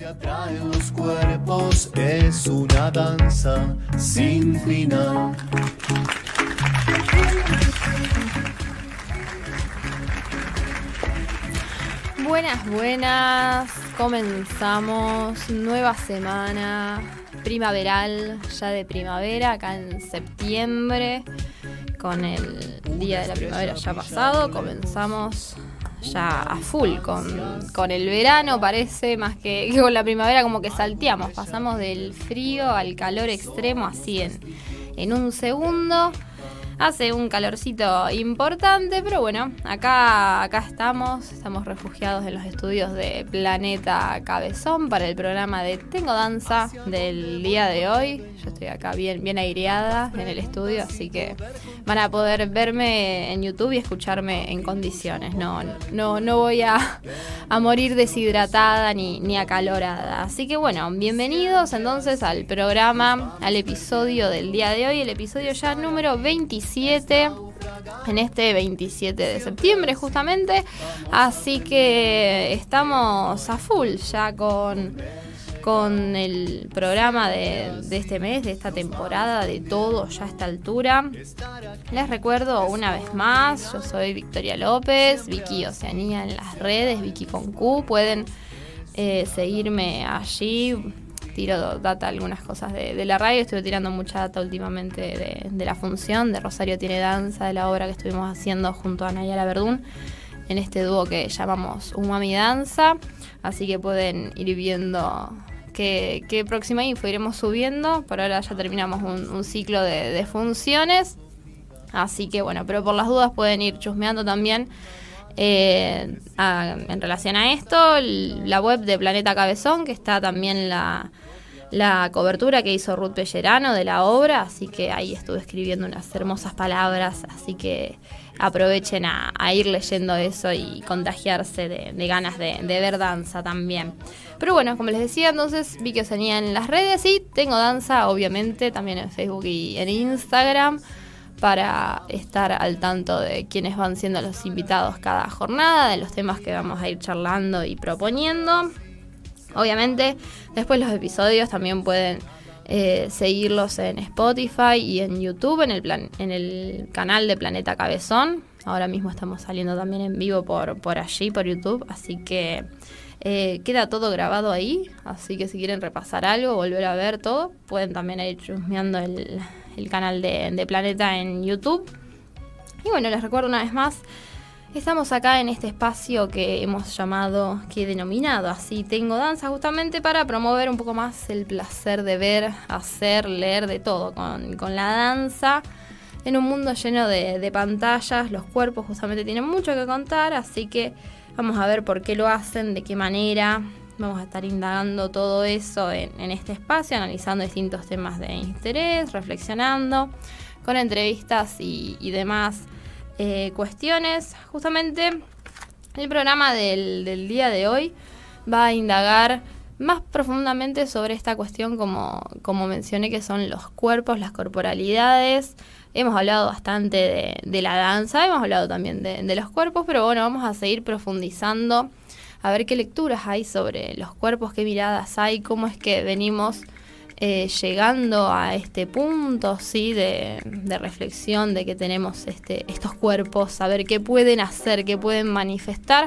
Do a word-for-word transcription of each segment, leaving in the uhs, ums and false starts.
Se atraen los cuerpos, es una danza sin final. Buenas, buenas, comenzamos nueva semana primaveral, ya de primavera, acá en septiembre, con el día de la primavera ya pasado, comenzamos ya a full con, con el verano, parece, más que, que con la primavera, como que salteamos, pasamos del frío al calor extremo así en, en un segundo. Hace un calorcito importante, pero bueno, acá, acá estamos, estamos refugiados en los estudios de Planeta Cabezón para el programa de Tengo Danza del día de hoy. Yo estoy acá bien, bien aireada en el estudio, así que van a poder verme en YouTube y escucharme en condiciones. No, no, no voy a, a morir deshidratada ni, ni acalorada. Así que bueno, bienvenidos entonces al programa, al episodio del día de hoy, el episodio ya número veintisiete, en este veintisiete de septiembre justamente, así que estamos a full ya con, con el programa de, de este mes, de esta temporada, de todo ya a esta altura. Les recuerdo una vez más, yo soy Victoria López, Vicky Oceanía en las redes, Vicky con Q, pueden eh, seguirme allí. Tiro data, algunas cosas de, de la radio, estuve tirando mucha data últimamente de, de la función, de Rosario Tiene Danza, de la obra que estuvimos haciendo junto a Nayara Verdún, en este dúo que llamamos Umami Danza, así que pueden ir viendo qué, qué próxima info iremos subiendo. Por ahora ya terminamos un, un ciclo de, de funciones, así que bueno, pero por las dudas pueden ir chusmeando también. Eh, a, en relación a esto, la web de Planeta Cabezón, que está también la, la cobertura que hizo Ruth Pellerano de la obra, así que ahí estuve escribiendo unas hermosas palabras, así que aprovechen a, a ir leyendo eso y contagiarse de, de ganas de, de ver danza también. Pero bueno, como les decía, entonces Vicky Oceanía en las redes y Tengo Danza, obviamente, también en Facebook y en Instagram, para estar al tanto de quiénes van siendo los invitados cada jornada, de los temas que vamos a ir charlando y proponiendo. Obviamente, después los episodios también pueden eh, seguirlos en Spotify y en YouTube, en el, plan, en el canal de Planeta Cabezón. Ahora mismo estamos saliendo también en vivo por, por allí, por YouTube, así que eh, queda todo grabado ahí. Así que si quieren repasar algo, volver a ver todo, pueden también ir chusmeando el... el canal de, de Planeta en YouTube. Y bueno, les recuerdo una vez más, estamos acá en este espacio que hemos llamado, que he denominado así, Tengo Danza, justamente para promover un poco más el placer de ver, hacer, leer, de todo con, con la danza. En un mundo lleno de, de pantallas, los cuerpos justamente tienen mucho que contar, así que vamos a ver por qué lo hacen, de qué manera. Vamos a estar indagando todo eso en, en este espacio, analizando distintos temas de interés, reflexionando, con entrevistas y, y demás eh, cuestiones. Justamente el programa del, del día de hoy va a indagar más profundamente sobre esta cuestión, como, como mencioné, que son los cuerpos, las corporalidades. Hemos hablado bastante de, de la danza, hemos hablado también de, de los cuerpos, pero bueno, vamos a seguir profundizando, a ver qué lecturas hay sobre los cuerpos, qué miradas hay, cómo es que venimos eh, llegando a este punto, ¿sí? de, de reflexión de que tenemos este, estos cuerpos, saber qué pueden hacer, qué pueden manifestar.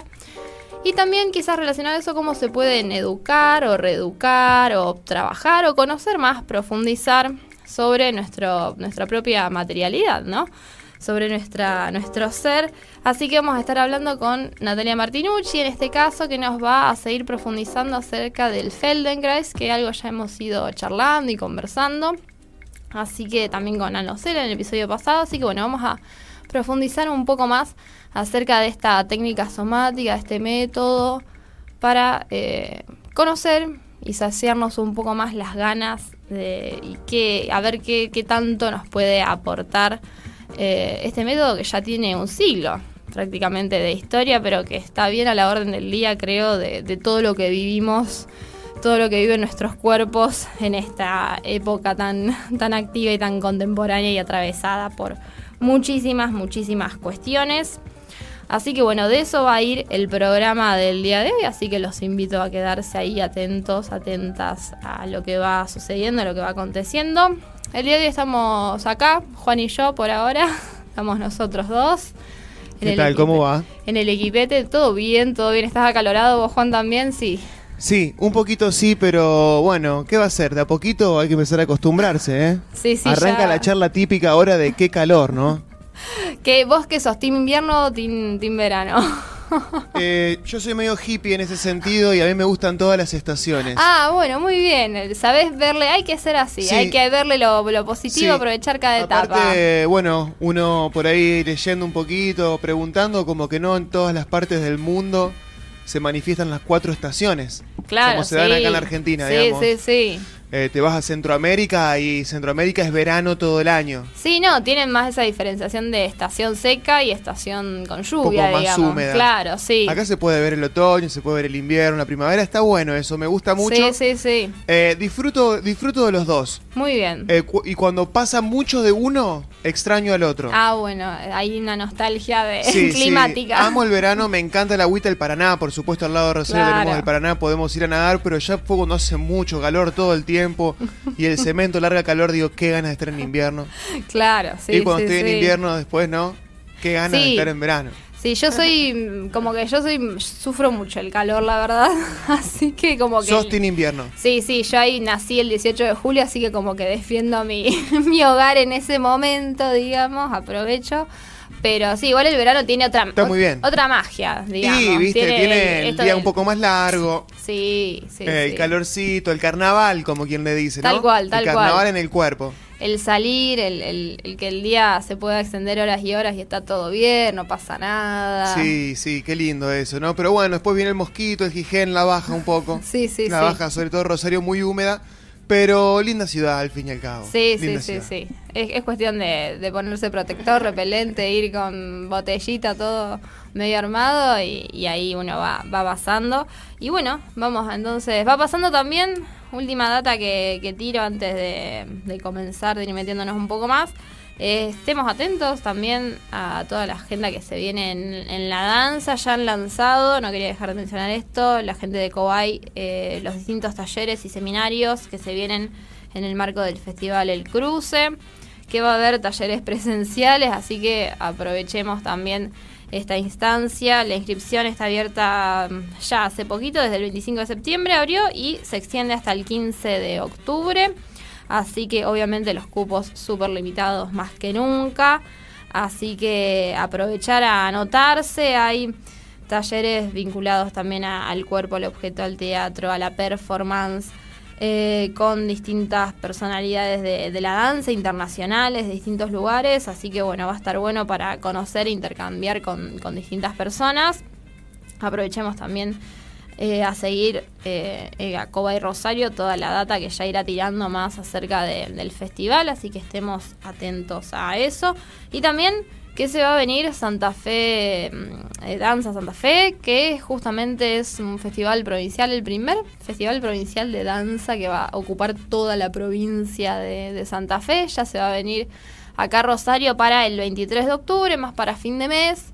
Y también quizás relacionado a eso, cómo se pueden educar o reeducar o trabajar o conocer más, profundizar sobre nuestro, nuestra propia materialidad, ¿no? Sobre nuestra, nuestro ser. Así que vamos a estar hablando con Natalia Martinucci, en este caso, que nos va a seguir profundizando acerca del Feldenkrais, que algo ya hemos ido charlando y conversando. Así que también con Ana Ocela en el episodio pasado. Así que bueno, vamos a profundizar un poco más acerca de esta técnica somática, de este método, para eh, conocer y saciarnos un poco más las ganas de, y que, a ver qué, qué tanto nos puede aportar Eh, este método que ya tiene un siglo prácticamente de historia, pero que está bien a la orden del día, creo, de, de todo lo que vivimos, todo lo que viven nuestros cuerpos en esta época tan, tan activa y tan contemporánea y atravesada por muchísimas, muchísimas cuestiones. Así que bueno, de eso va a ir el programa del día de hoy, así que los invito a quedarse ahí atentos, atentas a lo que va sucediendo, a lo que va aconteciendo. El día de hoy estamos acá, Juan y yo por ahora, estamos nosotros dos. ¿Qué tal? ¿Cómo va? En el equipete, todo bien, todo bien. ¿Estás acalorado vos, Juan, también? Sí. Sí, un poquito sí, pero bueno, ¿qué va a ser? De a poquito hay que empezar a acostumbrarse, ¿eh? Sí, sí, Arranca ya. La charla típica ahora de qué calor, ¿no? ¿Qué, ¿Vos qué sos? ¿Team invierno o team, team verano? eh, yo soy medio hippie en ese sentido y a mí me gustan todas las estaciones. Ah, bueno, muy bien. Sabés verle, hay que ser así, Sí. hay que verle lo, lo positivo, Sí. aprovechar cada etapa. Aparte, bueno, uno por ahí leyendo un poquito, preguntando, como que no en todas las partes del mundo se manifiestan las cuatro estaciones. Claro, como se sí. dan acá en la Argentina, sí, digamos. Sí, sí, Eh, te vas a Centroamérica y Centroamérica es verano todo el año. sí. No, tienen más esa diferenciación de estación seca y estación con lluvia, poco más digamos. húmeda. Claro, sí. Acá se puede ver el otoño, se puede ver el invierno, la primavera. Está bueno eso, me gusta mucho. Sí, sí, sí. Eh, disfruto, disfruto de los dos. Muy bien. Eh, cu- y cuando pasa mucho de uno, extraño al otro. Ah, bueno, hay una nostalgia de Sí, climática. sí. Amo el verano, me encanta el agüita del Paraná. Por supuesto, al lado de Rosario Claro. tenemos el Paraná, podemos ir a nadar, pero ya fue cuando hace mucho calor todo el tiempo y el cemento larga calor, digo, qué ganas de estar en invierno. Claro, sí, y cuando sí, estoy sí. en invierno, después, ¿no? Qué ganas de Sí. estar en verano. Sí, yo soy, mm, como que yo soy, sufro mucho el calor, la verdad. Así que como que... Sos team invierno. Sí, sí, yo ahí nací el dieciocho de julio, así que como que defiendo mi, mi hogar en ese momento, digamos, aprovecho. Pero sí, igual el verano tiene otra, Está muy bien. otra magia, digamos. Y, viste, tiene, el esto día del- un poco más largo. Sí, sí, Eh, sí. el calorcito, el carnaval, como quien le dice, ¿no? Tal cual, tal El carnaval cual. en el cuerpo. El salir, el, el, el que el día se pueda extender horas y horas y está todo bien, no pasa nada. Sí, sí, qué lindo eso, ¿no? Pero bueno, después viene el mosquito, el Gijén, la baja un poco. Sí, sí, La sí. baja, sobre todo Rosario, muy húmeda. Pero linda ciudad, al fin y al cabo. Sí, sí, Linda sí, ciudad. sí. Es, es cuestión de, de ponerse protector, repelente, ir con botellita, todo medio armado y, y ahí uno va, va pasando. Y bueno, vamos entonces, va pasando también, última data que, que tiro antes de, de comenzar, de ir metiéndonos un poco más. Eh, estemos atentos también a toda la agenda que se viene en, en la danza. Ya han lanzado, no quería dejar de mencionar esto, la gente de Cobay, eh, los distintos talleres y seminarios que se vienen en el marco del festival El Cruce, que va a haber talleres presenciales, así que aprovechemos también esta instancia. La inscripción está abierta mm, ya hace poquito, desde el veinticinco de septiembre abrió y se extiende hasta el quince de octubre. Así que obviamente los cupos súper limitados más que nunca. Así que aprovechar a anotarse. Hay talleres vinculados también a- al cuerpo, al objeto, al teatro, a la performance, eh, con distintas personalidades de, de la danza, internacionales, de distintos lugares. Así que bueno, va a estar bueno para conocer e intercambiar con, con distintas personas. Aprovechemos también Eh, a seguir eh, eh, a Cobay Rosario toda la data que ya irá tirando más acerca de, del festival, así que estemos atentos a eso. Y también que se va a venir Santa Fe, eh, Danza Santa Fe, que justamente es un festival provincial, el primer festival provincial de danza que va a ocupar toda la provincia de, de Santa Fe. Ya se va a venir acá a Rosario para el veintitrés de octubre, más para fin de mes.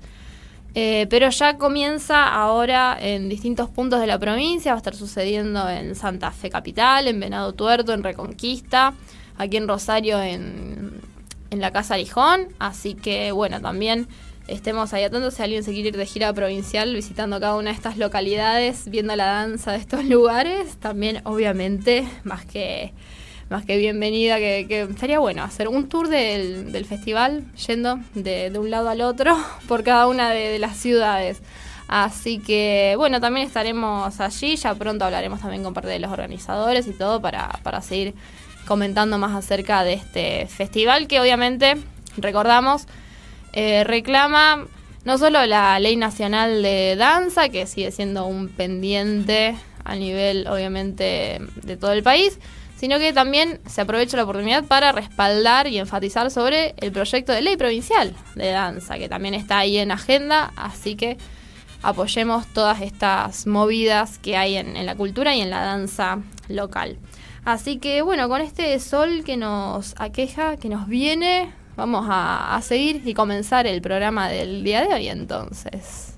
Eh, pero ya comienza ahora en distintos puntos de la provincia, va a estar sucediendo en Santa Fe Capital, en Venado Tuerto, en Reconquista, aquí en Rosario en, en la Casa Arijón, así que bueno, también estemos ahí atentos si alguien se quiere ir de gira provincial visitando cada una de estas localidades, viendo la danza de estos lugares, también obviamente más que... más que bienvenida, que, que estaría bueno hacer un tour del, del festival, yendo de, de un lado al otro por cada una de, de las ciudades. Así que, bueno, también estaremos allí, ya pronto hablaremos también con parte de los organizadores y todo para, para seguir comentando más acerca de este festival que obviamente, recordamos, eh, reclama no solo la Ley Nacional de Danza, que sigue siendo un pendiente a nivel, obviamente, de todo el país, sino que también se aprovecha la oportunidad para respaldar y enfatizar sobre el proyecto de ley provincial de danza, que también está ahí en agenda, así que apoyemos todas estas movidas que hay en, en la cultura y en la danza local. Así que bueno, con este sol que nos aqueja, que nos viene, vamos a, a seguir y comenzar el programa del día de hoy entonces.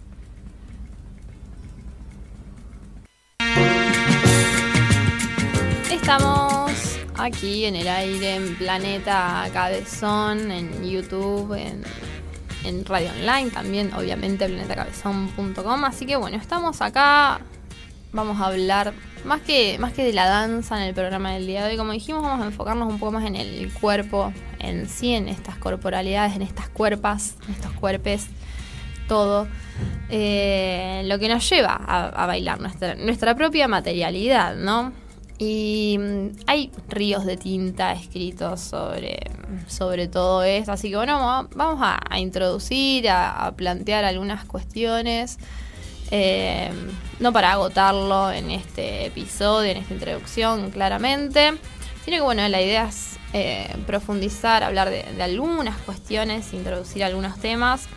Estamos aquí en el aire, en Planeta Cabezón, en YouTube, en, en radio online también, obviamente planeta cabezón punto com. Así que bueno, estamos acá, vamos a hablar más que, más que de la danza en el programa del día de hoy. Como dijimos, vamos a enfocarnos un poco más en el cuerpo en sí, en estas corporalidades, en estas cuerpas, en estos cuerpes, todo eh, lo que nos lleva a, a bailar, nuestra, nuestra propia materialidad, ¿no? Y hay ríos de tinta escritos sobre, sobre todo esto, así que bueno, vamos a, a introducir, a, a plantear algunas cuestiones, eh, no para agotarlo en este episodio, en esta introducción claramente, sino que bueno, la idea es eh, profundizar, hablar de, de algunas cuestiones, introducir algunos temas.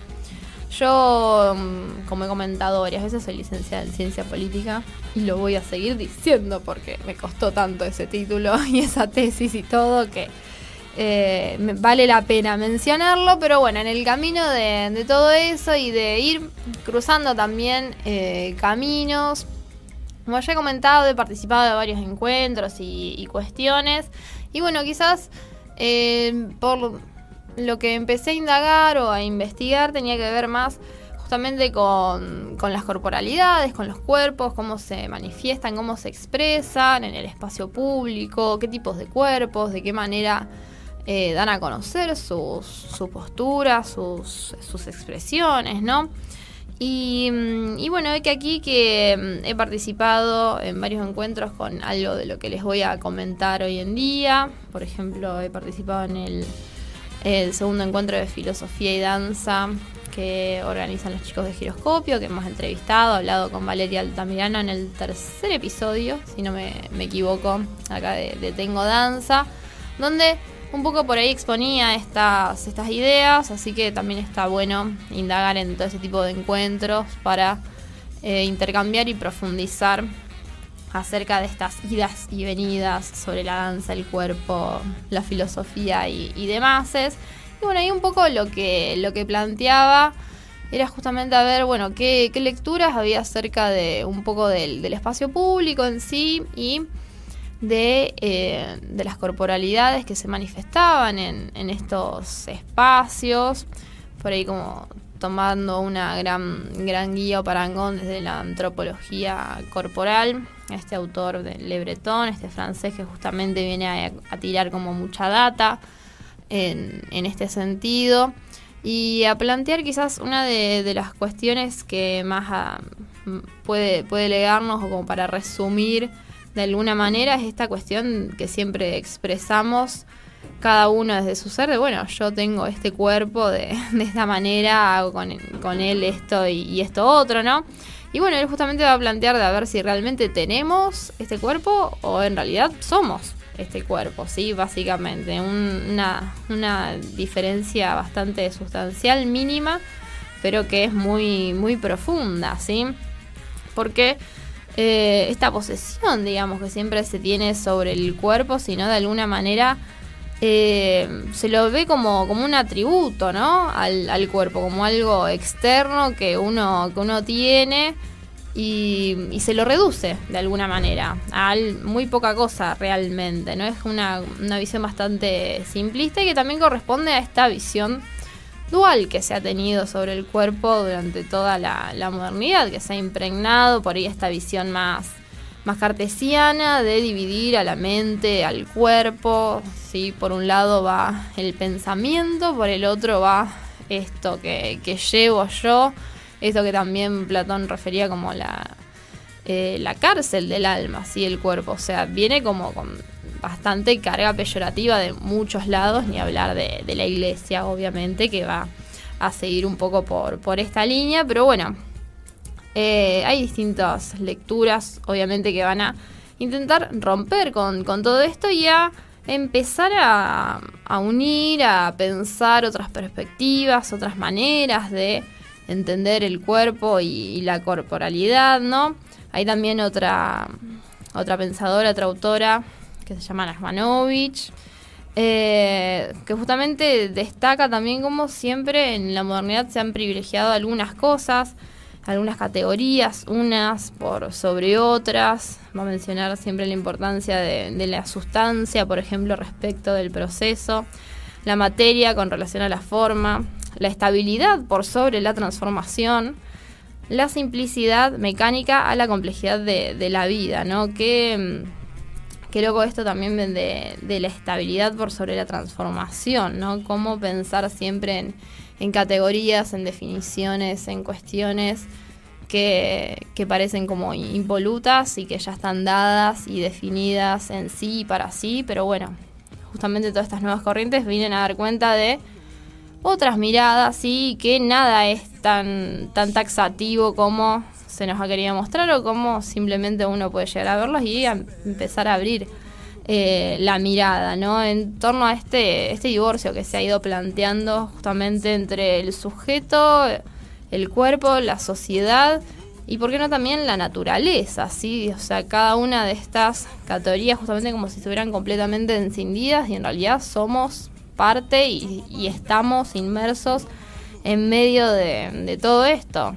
Yo, como he comentado varias veces, soy licenciada en Ciencia Política y lo voy a seguir diciendo porque me costó tanto ese título y esa tesis y todo que eh, me vale la pena mencionarlo, pero bueno, en el camino de, de todo eso y de ir cruzando también eh, caminos, como ya he comentado, he participado de varios encuentros y, y cuestiones y bueno, quizás eh, por lo que empecé a indagar o a investigar tenía que ver más justamente con, con las corporalidades, con los cuerpos, cómo se manifiestan, cómo se expresan en el espacio público, qué tipos de cuerpos, de qué manera eh, dan a conocer sus, su postura, sus, sus expresiones, ¿no? Y, y bueno, ve que aquí que he participado en varios encuentros con algo de lo que les voy a comentar hoy en día. Por ejemplo, he participado en el el segundo encuentro de filosofía y danza que organizan los chicos de Giroscopio, que hemos entrevistado, hablado con Valeria Altamirano en el tercer episodio, si no me, me equivoco, acá de, de Tengo Danza, donde un poco por ahí exponía estas, estas ideas, así que también está bueno indagar en todo ese tipo de encuentros para eh, intercambiar y profundizar acerca de estas idas y venidas sobre la danza, el cuerpo, la filosofía y, y demás. Y bueno, ahí un poco lo que, lo que planteaba era justamente a ver, bueno, qué, qué lecturas había acerca de un poco del, del espacio público en sí y de, eh, de las corporalidades que se manifestaban en, en estos espacios, por ahí como tomando una gran, gran guía o parangón desde la antropología corporal, este autor de Le Breton, este francés que justamente viene a, a tirar como mucha data en, en este sentido y a plantear quizás una de, de las cuestiones que más a, puede, puede legarnos o como para resumir de alguna manera es esta cuestión que siempre expresamos cada uno desde su ser, de bueno, yo tengo este cuerpo de, de esta manera, hago con, con él esto y, y esto otro, ¿no? Y bueno, él justamente va a plantear de a ver si realmente tenemos este cuerpo o en realidad somos este cuerpo, ¿sí? Básicamente, un, una, una diferencia bastante sustancial, mínima, pero que es muy, muy profunda, ¿sí? Porque eh, esta posesión, digamos, que siempre se tiene sobre el cuerpo, sino de alguna manera Eh, se lo ve como, como un atributo, ¿no? Al, al cuerpo, como algo externo que uno, que uno tiene y, y se lo reduce de alguna manera a muy poca cosa realmente, ¿no? Es una, una visión bastante simplista y que también corresponde a esta visión dual que se ha tenido sobre el cuerpo durante toda la, la modernidad, que se ha impregnado por ahí esta visión más más cartesiana de dividir a la mente, al cuerpo, ¿sí? Por un lado va el pensamiento, por el otro va esto que, que llevo yo, esto que también Platón refería como la, eh, la cárcel del alma, ¿sí? El cuerpo, o sea, viene como con bastante carga peyorativa de muchos lados, ni hablar de, de la iglesia, obviamente, que va a seguir un poco por, por esta línea, pero bueno, Eh, hay distintas lecturas, obviamente, que van a intentar romper con, con todo esto y a empezar a, a unir, a pensar otras perspectivas, otras maneras de entender el cuerpo y, y la corporalidad, ¿no? Hay también otra, otra pensadora, otra autora que se llama Nachmanovich, eh, que justamente destaca también como siempre en la modernidad se han privilegiado algunas cosas, algunas categorías, unas por sobre otras. Va a mencionar siempre la importancia de, de la sustancia, por ejemplo, respecto del proceso, la materia con relación a la forma, la estabilidad por sobre la transformación, la simplicidad mecánica a la complejidad de, de la vida, ¿no? Que, que loco esto también de, de la estabilidad por sobre la transformación, ¿no? Cómo pensar siempre en, en categorías, en definiciones, en cuestiones que, que parecen como impolutas y que ya están dadas y definidas en sí y para sí, pero bueno, justamente todas estas nuevas corrientes vienen a dar cuenta de otras miradas y que nada es tan, tan taxativo como se nos ha querido mostrar o como simplemente uno puede llegar a verlos y a empezar a abrir eh, la mirada, ¿no? En torno a este, este divorcio que se ha ido planteando justamente entre el sujeto, el cuerpo, la sociedad y por qué no también la naturaleza, ¿sí? O sea, cada una de estas categorías justamente como si estuvieran completamente encendidas y en realidad somos parte y, y estamos inmersos en medio de, de todo esto.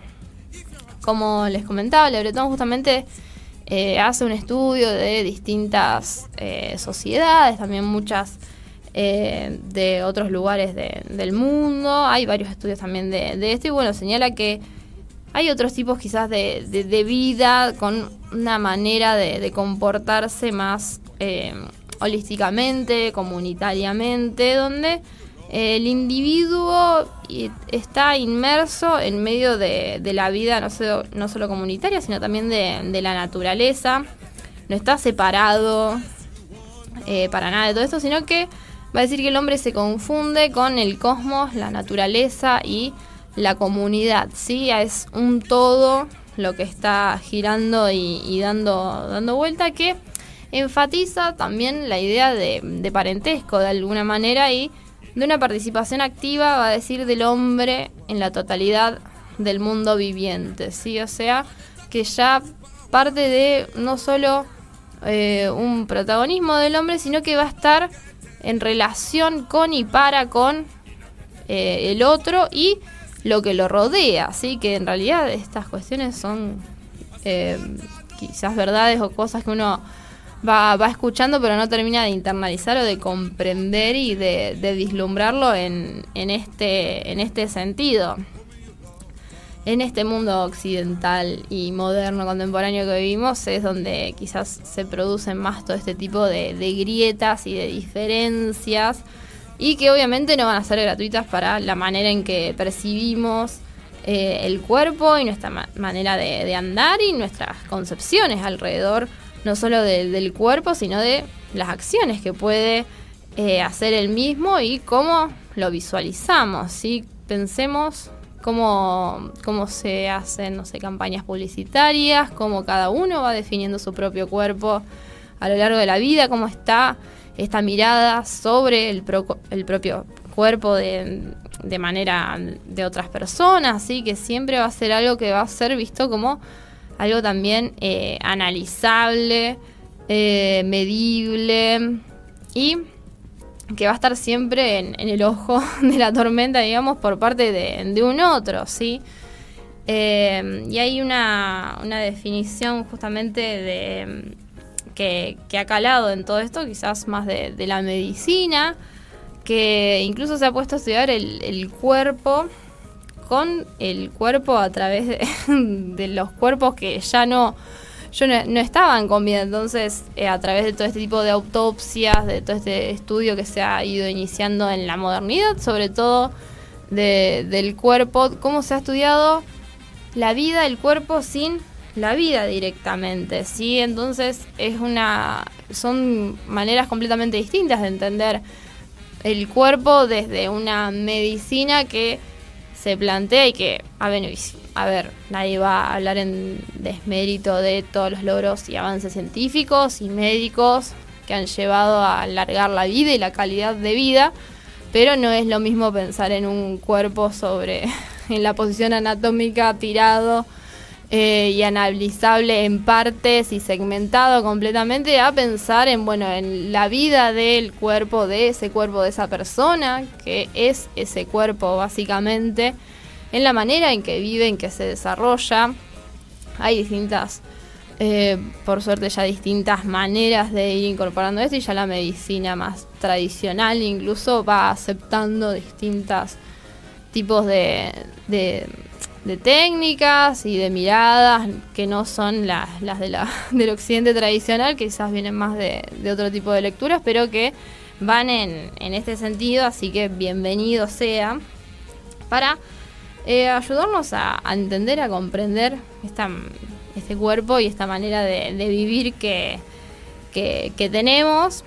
Como les comentaba, Le Breton justamente eh, hace un estudio de distintas eh, sociedades, también muchas eh, de otros lugares de, del mundo. Hay varios estudios también de, de esto y bueno, señala que hay otros tipos quizás de, de, de vida con una manera de, de comportarse más eh, holísticamente, comunitariamente, donde el individuo está inmerso en medio de, de la vida no solo, no solo comunitaria, sino también de, de la naturaleza. No está separado eh, para nada de todo esto, sino que va a decir que el hombre se confunde con el cosmos, la naturaleza y la comunidad, ¿sí? Es un todo lo que está girando y, y dando, dando vuelta, que enfatiza también la idea de, de parentesco de alguna manera y de una participación activa, va a decir, del hombre en la totalidad del mundo viviente, ¿sí? O sea, que ya parte de no solo eh, un protagonismo del hombre, sino que va a estar en relación con y para con eh, el otro y lo que lo rodea, ¿sí? Que en realidad estas cuestiones son eh, quizás verdades o cosas que uno Va, va escuchando pero no termina de internalizar o de comprender y de, de vislumbrarlo en, en, este, en este sentido. En este mundo occidental y moderno, contemporáneo que vivimos es donde quizás se producen más todo este tipo de, de grietas y de diferencias y que obviamente no van a ser gratuitas para la manera en que percibimos eh, el cuerpo y nuestra ma- manera de, de andar y nuestras concepciones alrededor no solo de, del cuerpo, sino de las acciones que puede eh, hacer el mismo y cómo lo visualizamos, ¿sí? Pensemos cómo, cómo se hacen, no sé, campañas publicitarias, cómo cada uno va definiendo su propio cuerpo a lo largo de la vida, cómo está esta mirada sobre el, pro, el propio cuerpo de, de manera de otras personas, ¿sí? Que siempre va a ser algo que va a ser visto como algo también eh, analizable, eh, medible y que va a estar siempre en, en el ojo de la tormenta, digamos, por parte de, de un otro, ¿sí? Eh, y hay una, una definición justamente de que, que ha calado en todo esto, quizás más de, de la medicina, que incluso se ha puesto a estudiar el, el cuerpo con el cuerpo a través de, de los cuerpos que ya no, yo no, no estaban con vida. Entonces, eh, a través de todo este tipo de autopsias, de todo este estudio que se ha ido iniciando en la modernidad, sobre todo de, del cuerpo, cómo se ha estudiado la vida, el cuerpo sin la vida directamente, ¿sí? Entonces, es una son maneras completamente distintas de entender el cuerpo desde una medicina que se plantea y que, a ver, a ver, nadie va a hablar en desmérito de todos los logros y avances científicos y médicos que han llevado a alargar la vida y la calidad de vida, pero no es lo mismo pensar en un cuerpo sobre, en la posición anatómica tirado, eh, y analizable en partes y segmentado completamente, a pensar en, bueno, en la vida del cuerpo, de ese cuerpo, de esa persona, que es ese cuerpo básicamente, en la manera en que vive, en que se desarrolla. Hay distintas, eh, por suerte ya distintas maneras de ir incorporando esto, y ya la medicina más tradicional incluso va aceptando distintos tipos de, de, de técnicas y de miradas que no son las, las de la, del occidente tradicional, que quizás vienen más de, de otro tipo de lecturas, pero que van en, en este sentido, así que bienvenido sea, para eh, ayudarnos a, a entender, a comprender esta, este cuerpo y esta manera de, de vivir que, que, que tenemos.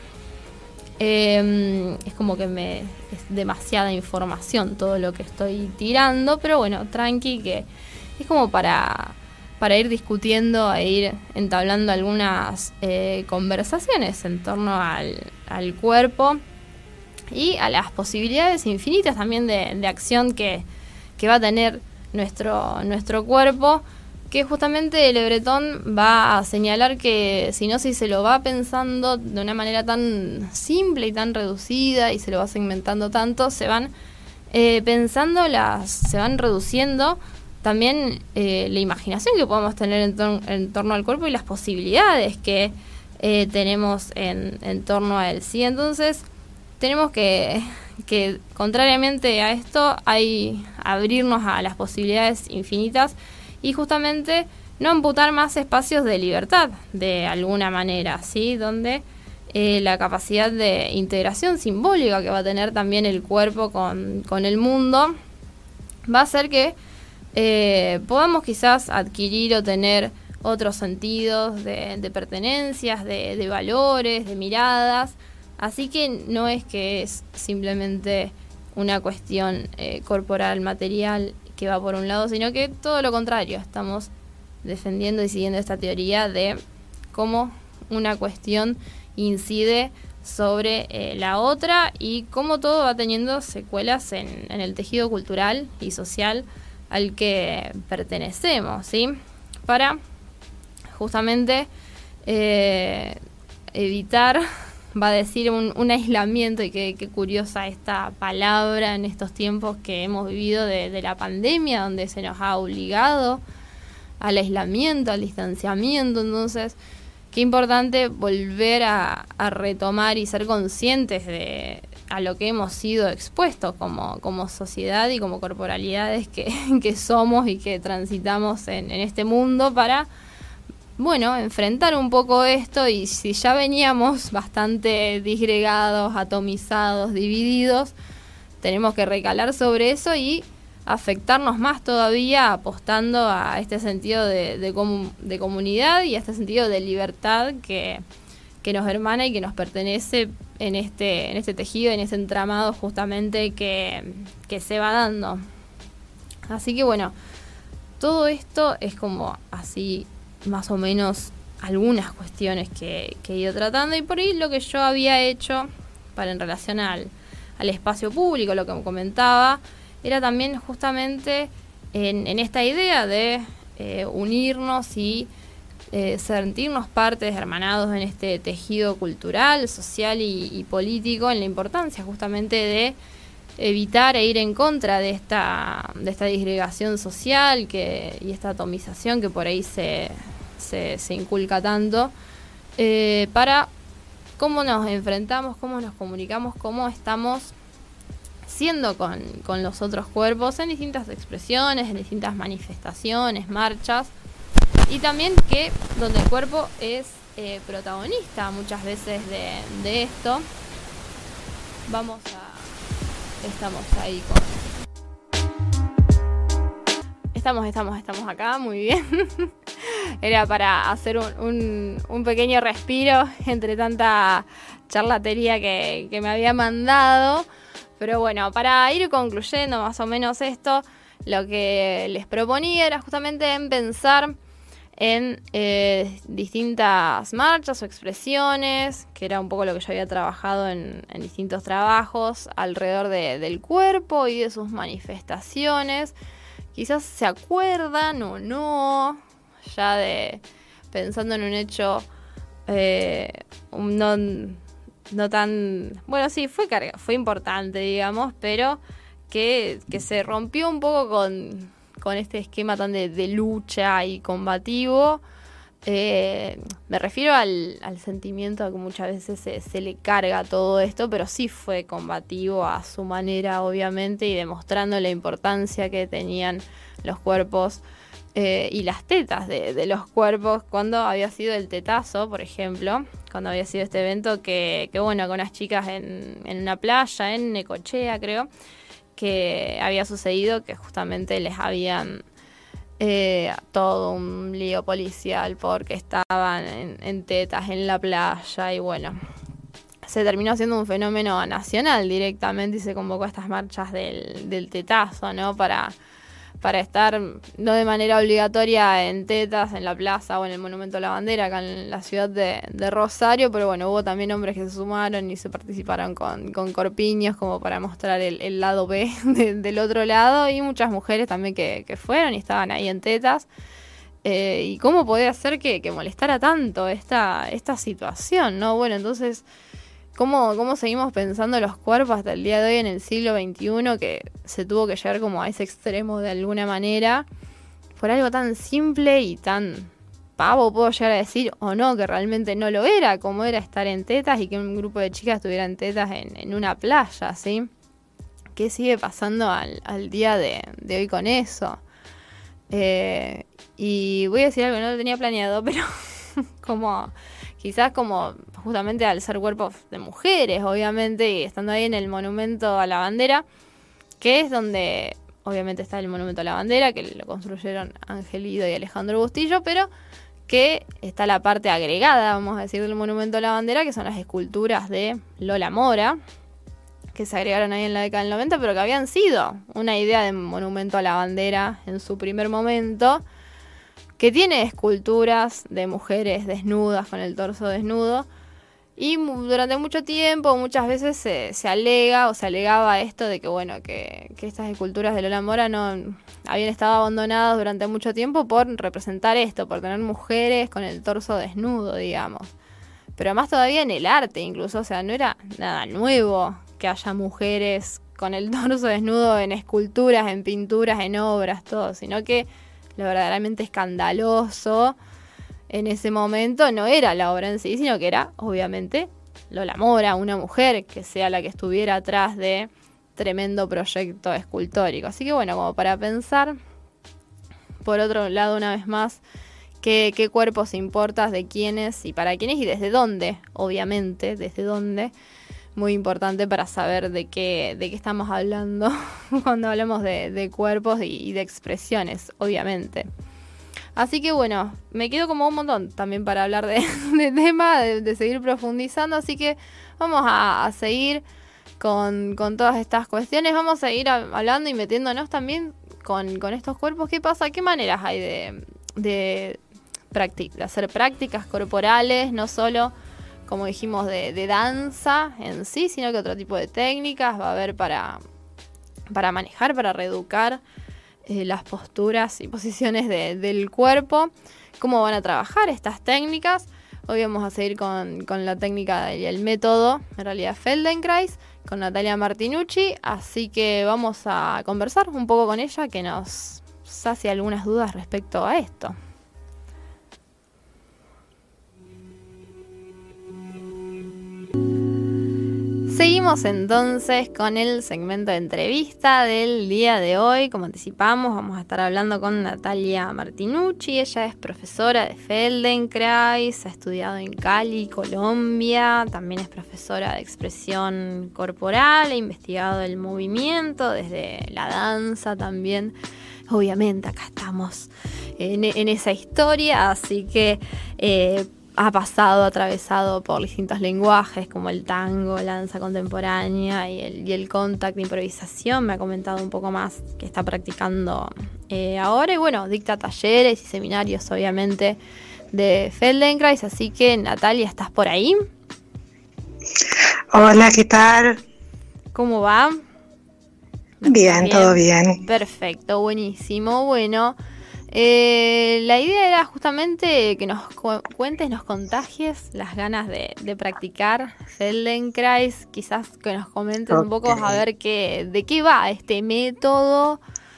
Eh, es como que me es demasiada información todo lo que estoy tirando, pero bueno, tranqui, que es como para, para ir discutiendo e ir entablando algunas eh, conversaciones en torno al, al cuerpo y a las posibilidades infinitas también de, de acción que, que va a tener nuestro, nuestro cuerpo, que justamente Le Breton va a señalar que si no, si se lo va pensando de una manera tan simple y tan reducida y se lo va segmentando tanto, se van eh, pensando las, se van reduciendo también eh, la imaginación que podemos tener en, tor- en torno al cuerpo y las posibilidades que eh, tenemos en, en torno a él, ¿sí? Entonces tenemos que, que, contrariamente a esto, hay abrirnos a las posibilidades infinitas y justamente no amputar más espacios de libertad de alguna manera, ¿sí? Donde eh, la capacidad de integración simbólica que va a tener también el cuerpo con, con el mundo va a hacer que eh, podamos quizás adquirir o tener otros sentidos de, de pertenencias, de, de valores, de miradas. Así que no es que es simplemente una cuestión eh, corporal, material, que va por un lado, sino que todo lo contrario. Estamos defendiendo y siguiendo esta teoría de cómo una cuestión incide sobre eh, la otra y cómo todo va teniendo secuelas en, en el tejido cultural y social al que pertenecemos, ¿sí? Para justamente eh, evitar, va a decir, un, un aislamiento, y qué, qué curiosa esta palabra en estos tiempos que hemos vivido de, de la pandemia, donde se nos ha obligado al aislamiento, al distanciamiento. Entonces, qué importante volver a, a retomar y ser conscientes de a lo que hemos sido expuestos como, como sociedad y como corporalidades que, que somos y que transitamos en, en este mundo, para bueno, enfrentar un poco esto. Y si ya veníamos bastante disgregados, atomizados, divididos, tenemos que recalar sobre eso y afectarnos más todavía, apostando a este sentido de, de, comu- de comunidad y a este sentido de libertad que, que nos hermana y que nos pertenece en este, en este tejido, en este entramado justamente que, que se va dando. Así que bueno, todo esto es como así más o menos algunas cuestiones que, que he ido tratando, y por ahí lo que yo había hecho para en relación al, al espacio público, lo que comentaba, era también justamente en, en esta idea de eh, unirnos y eh, sentirnos partes, hermanados en este tejido cultural, social y, y político, en la importancia justamente de evitar e ir en contra de esta, de esta disgregación social que, y esta atomización que por ahí se, se, se inculca tanto, eh, para cómo nos enfrentamos, cómo nos comunicamos, cómo estamos siendo con, con los otros cuerpos en distintas expresiones, en distintas manifestaciones, marchas, y también que donde el cuerpo es eh, protagonista muchas veces de, de esto. Vamos a... Estamos ahí con... Estamos, estamos, estamos acá, muy bien. Era para hacer un, un, un pequeño respiro entre tanta charlatería que, que me había mandado. Pero bueno, para ir concluyendo más o menos esto, lo que les proponía era justamente en pensar en eh, distintas marchas o expresiones, que era un poco lo que yo había trabajado en, en distintos trabajos alrededor de, del cuerpo y de sus manifestaciones. Quizás se acuerdan o no ya de pensando en un hecho eh, no, no tan... Bueno, sí, fue carga, fue importante, digamos, pero que, que se rompió un poco con, con este esquema tan de, de lucha y combativo. Eh, me refiero al, al sentimiento que muchas veces se, se le carga todo esto, pero sí fue combativo a su manera, obviamente, y demostrando la importancia que tenían los cuerpos eh, y las tetas de, de los cuerpos cuando había sido el tetazo, por ejemplo, cuando había sido este evento que, que bueno, con unas chicas en, en una playa, en Necochea, creo, que había sucedido que justamente les habían... Eh, todo un lío policial porque estaban en, en tetas en la playa y bueno, se terminó haciendo un fenómeno nacional directamente y se convocó a estas marchas del, del tetazo, ¿no? Para, para estar no de manera obligatoria en tetas en la plaza o en el Monumento a la Bandera acá en la ciudad de, de Rosario, pero bueno, hubo también hombres que se sumaron y se participaron con, con corpiños como para mostrar el, el lado B de, del otro lado, y muchas mujeres también que, que fueron y estaban ahí en tetas. Eh, y cómo podía ser que, que molestara tanto esta, esta situación, ¿no? Bueno, entonces... ¿Cómo, ¿Cómo seguimos pensando los cuerpos hasta el día de hoy en el siglo veintiuno, que se tuvo que llegar como a ese extremo de alguna manera por algo tan simple y tan pavo, puedo llegar a decir, o no, que realmente no lo era, como era estar en tetas y que un grupo de chicas estuviera en tetas en, en una playa, ¿sí? ¿Qué sigue pasando al, al día de, de hoy con eso? Eh, y voy a decir algo que no lo tenía planeado, pero como... Quizás como justamente al ser cuerpos de mujeres, obviamente, y estando ahí en el Monumento a la Bandera, que es donde obviamente está el Monumento a la Bandera, que lo construyeron Ángel Ido y Alejandro Bustillo, pero que está la parte agregada, vamos a decir, del Monumento a la Bandera, que son las esculturas de Lola Mora, que se agregaron ahí en la década del noventa, pero que habían sido una idea de Monumento a la Bandera en su primer momento, que tiene esculturas de mujeres desnudas, con el torso desnudo, y durante mucho tiempo, muchas veces se, se alega o se alegaba esto de que, bueno, que, que estas esculturas de Lola Mora no habían estado abandonadas durante mucho tiempo por representar esto, por tener mujeres con el torso desnudo, digamos. Pero además todavía en el arte, incluso, o sea, no era nada nuevo que haya mujeres con el torso desnudo en esculturas, en pinturas, en obras, todo, sino que lo verdaderamente escandaloso en ese momento no era la obra en sí, sino que era, obviamente, Lola Mora, una mujer que sea la que estuviera atrás de tremendo proyecto escultórico. Así que bueno, como para pensar, por otro lado, una vez más, qué, qué cuerpos importas, de quiénes y para quiénes y desde dónde, obviamente, desde dónde. Muy importante para saber de qué, de qué estamos hablando cuando hablamos de, de cuerpos y, y de expresiones, obviamente. Así que bueno, me quedo como un montón también para hablar de, de tema, de, de seguir profundizando, así que vamos a, a seguir con, con todas estas cuestiones, vamos a seguir a, hablando y metiéndonos también con, con estos cuerpos. ¿Qué pasa? ¿Qué maneras hay de, de, practic- de hacer prácticas corporales, no solo... como dijimos, de, de danza en sí, sino que otro tipo de técnicas va a haber para, para manejar, para reeducar eh, las posturas y posiciones de, del cuerpo? ¿Cómo van a trabajar estas técnicas? Hoy vamos a seguir con, con la técnica y el método, en realidad Feldenkrais, con Natalia Martinucci, así que vamos a conversar un poco con ella, que nos sacie algunas dudas respecto a esto. Seguimos entonces con el segmento de entrevista del día de hoy. Como anticipamos, vamos a estar hablando con Natalia Martinucci. Ella es profesora de Feldenkrais, ha estudiado en Cali, Colombia. También es profesora de expresión corporal, ha investigado el movimiento desde la danza también. Obviamente acá estamos en, en esa historia, así que... Eh, ha pasado, atravesado por distintos lenguajes como el tango, la danza contemporánea y el, y el contact de improvisación. Me ha comentado un poco más que está practicando eh, ahora. Y bueno, dicta talleres y seminarios, obviamente, de Feldenkrais. Así que, Natalia, ¿estás por ahí? Hola, ¿qué tal? ¿Cómo va? Bien, bien, todo bien. Perfecto, buenísimo. Bueno... Eh, la idea era justamente que nos cu- cuentes, nos contagies las ganas de, de practicar Feldenkrais, quizás que nos comentes okay. un poco a ver qué, de qué va este método.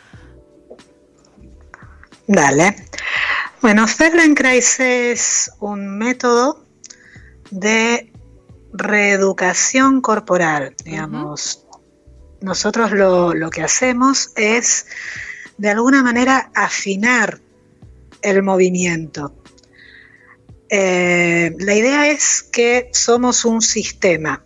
Dale. Bueno, Feldenkrais es un método de reeducación corporal, digamos. Uh-huh. Nosotros lo, lo que hacemos es, de alguna manera, afinar el movimiento. Eh, la idea es que somos un sistema.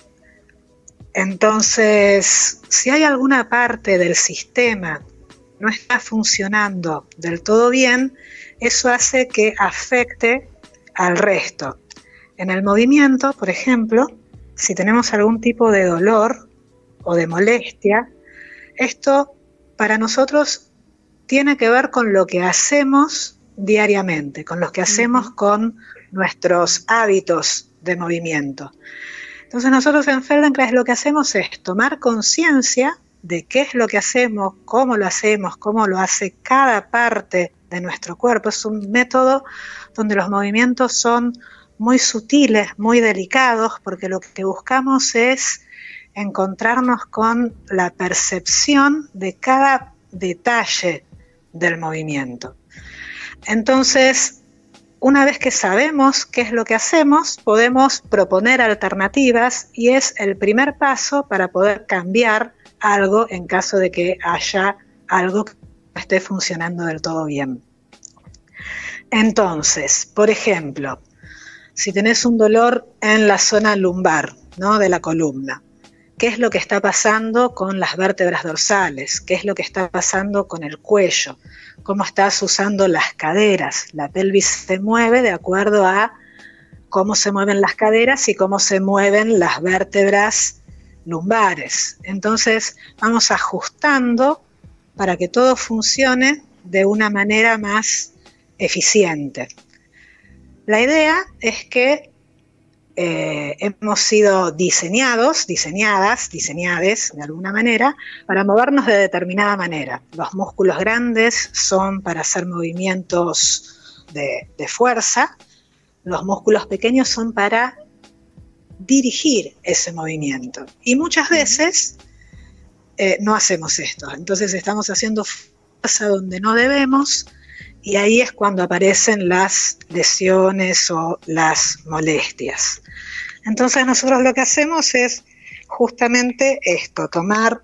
Entonces, si hay alguna parte del sistema no está funcionando del todo bien, eso hace que afecte al resto. En el movimiento, por ejemplo, si tenemos algún tipo de dolor o de molestia, esto para nosotros tiene que ver con lo que hacemos diariamente, con lo que hacemos uh-huh. con nuestros hábitos de movimiento. Entonces nosotros en Feldenkrais lo que hacemos es tomar conciencia de qué es lo que hacemos, cómo lo hacemos, cómo lo hace cada parte de nuestro cuerpo. Es un método donde los movimientos son muy sutiles, muy delicados, porque lo que buscamos es encontrarnos con la percepción de cada detalle del movimiento. Entonces, una vez que sabemos qué es lo que hacemos, podemos proponer alternativas y es el primer paso para poder cambiar algo en caso de que haya algo que no esté funcionando del todo bien. Entonces, por ejemplo, si tenés un dolor en la zona lumbar, ¿no?, de la columna, ¿qué es lo que está pasando con las vértebras dorsales? ¿Qué es lo que está pasando con el cuello? ¿Cómo estás usando las caderas? La pelvis se mueve de acuerdo a cómo se mueven las caderas y cómo se mueven las vértebras lumbares. Entonces vamos ajustando para que todo funcione de una manera más eficiente. La idea es que eh, hemos sido diseñados, diseñadas, diseñades de alguna manera para movernos de determinada manera. Los músculos grandes son para hacer movimientos de, de fuerza, los músculos pequeños son para dirigir ese movimiento. Y muchas veces eh, no hacemos esto. Entonces estamos haciendo fuerza donde no debemos y ahí es cuando aparecen las lesiones o las molestias. Entonces nosotros lo que hacemos es justamente esto, tomar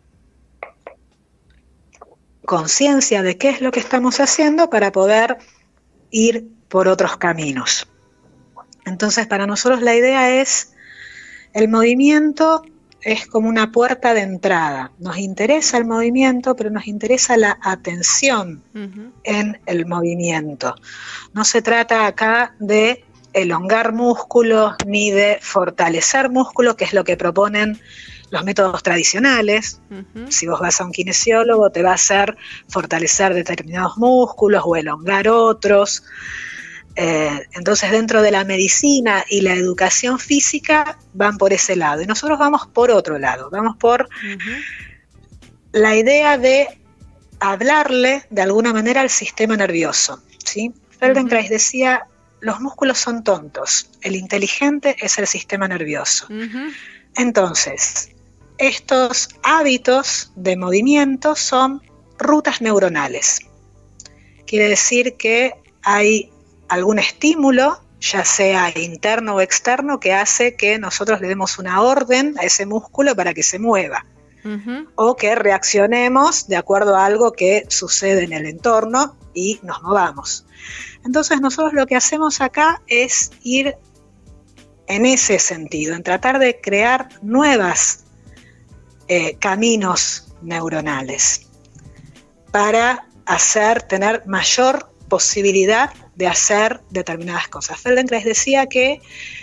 conciencia de qué es lo que estamos haciendo para poder ir por otros caminos. Entonces para nosotros la idea es, el movimiento es como una puerta de entrada. Nos interesa el movimiento, pero nos interesa la atención uh-huh. en el movimiento. No se trata acá de elongar músculos ni de fortalecer músculos, que es lo que proponen los métodos tradicionales. Uh-huh. Si vos vas a un kinesiólogo, te va a hacer fortalecer determinados músculos o elongar otros. Eh, entonces dentro de la medicina y la educación física van por ese lado y nosotros vamos por otro lado, vamos por uh-huh. la idea de hablarle de alguna manera al sistema nervioso, ¿sí? Feldenkrais uh-huh. decía, los músculos son tontos, el inteligente es el sistema nervioso. Uh-huh. Entonces, estos hábitos de movimiento son rutas neuronales. Quiere decir que hay algún estímulo, ya sea interno o externo, que hace que nosotros le demos una orden a ese músculo para que se mueva. Uh-huh. O que reaccionemos de acuerdo a algo que sucede en el entorno y nos movamos. Entonces nosotros lo que hacemos acá es ir en ese sentido, en tratar de crear nuevos eh, caminos neuronales para hacer, tener mayor posibilidad de hacer determinadas cosas. Feldenkrais decía que